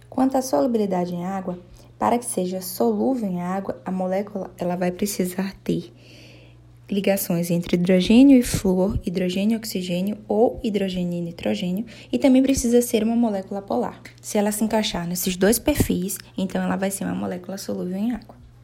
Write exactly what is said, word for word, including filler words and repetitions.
Quanto à solubilidade em água, para que seja solúvel em água, a molécula ela vai precisar ter ligações entre hidrogênio e flúor, hidrogênio e oxigênio ou hidrogênio e nitrogênio, e também precisa ser uma molécula polar. Se ela se encaixar nesses dois perfis, então ela vai ser uma molécula solúvel em água.